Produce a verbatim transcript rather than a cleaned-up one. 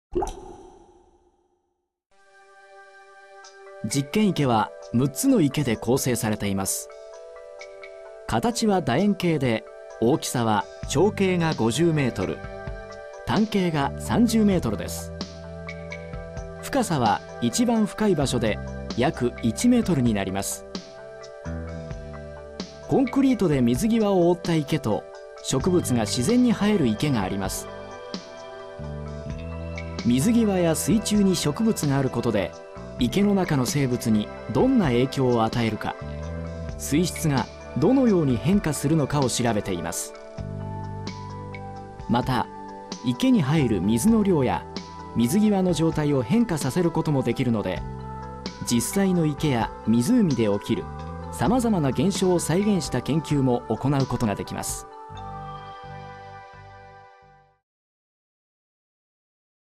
実験池はむっつの池で構成されています。形は楕円形で、大きさは長径がごじゅうメートル、単径がさんじゅうメートルです。深さは一番深い場所で約いちメートルになります。コンクリートで水際を覆った池と植物が自然に生える池があります。水際や水中に植物があることで、池の中の生物にどんな影響を与えるか、水質がどのように変化するのかを調べています。また、池に入る水の量や水際の状態を変化させることもできるので、実際の池や湖で起きるさまざまな現象を再現した研究も行うことができます。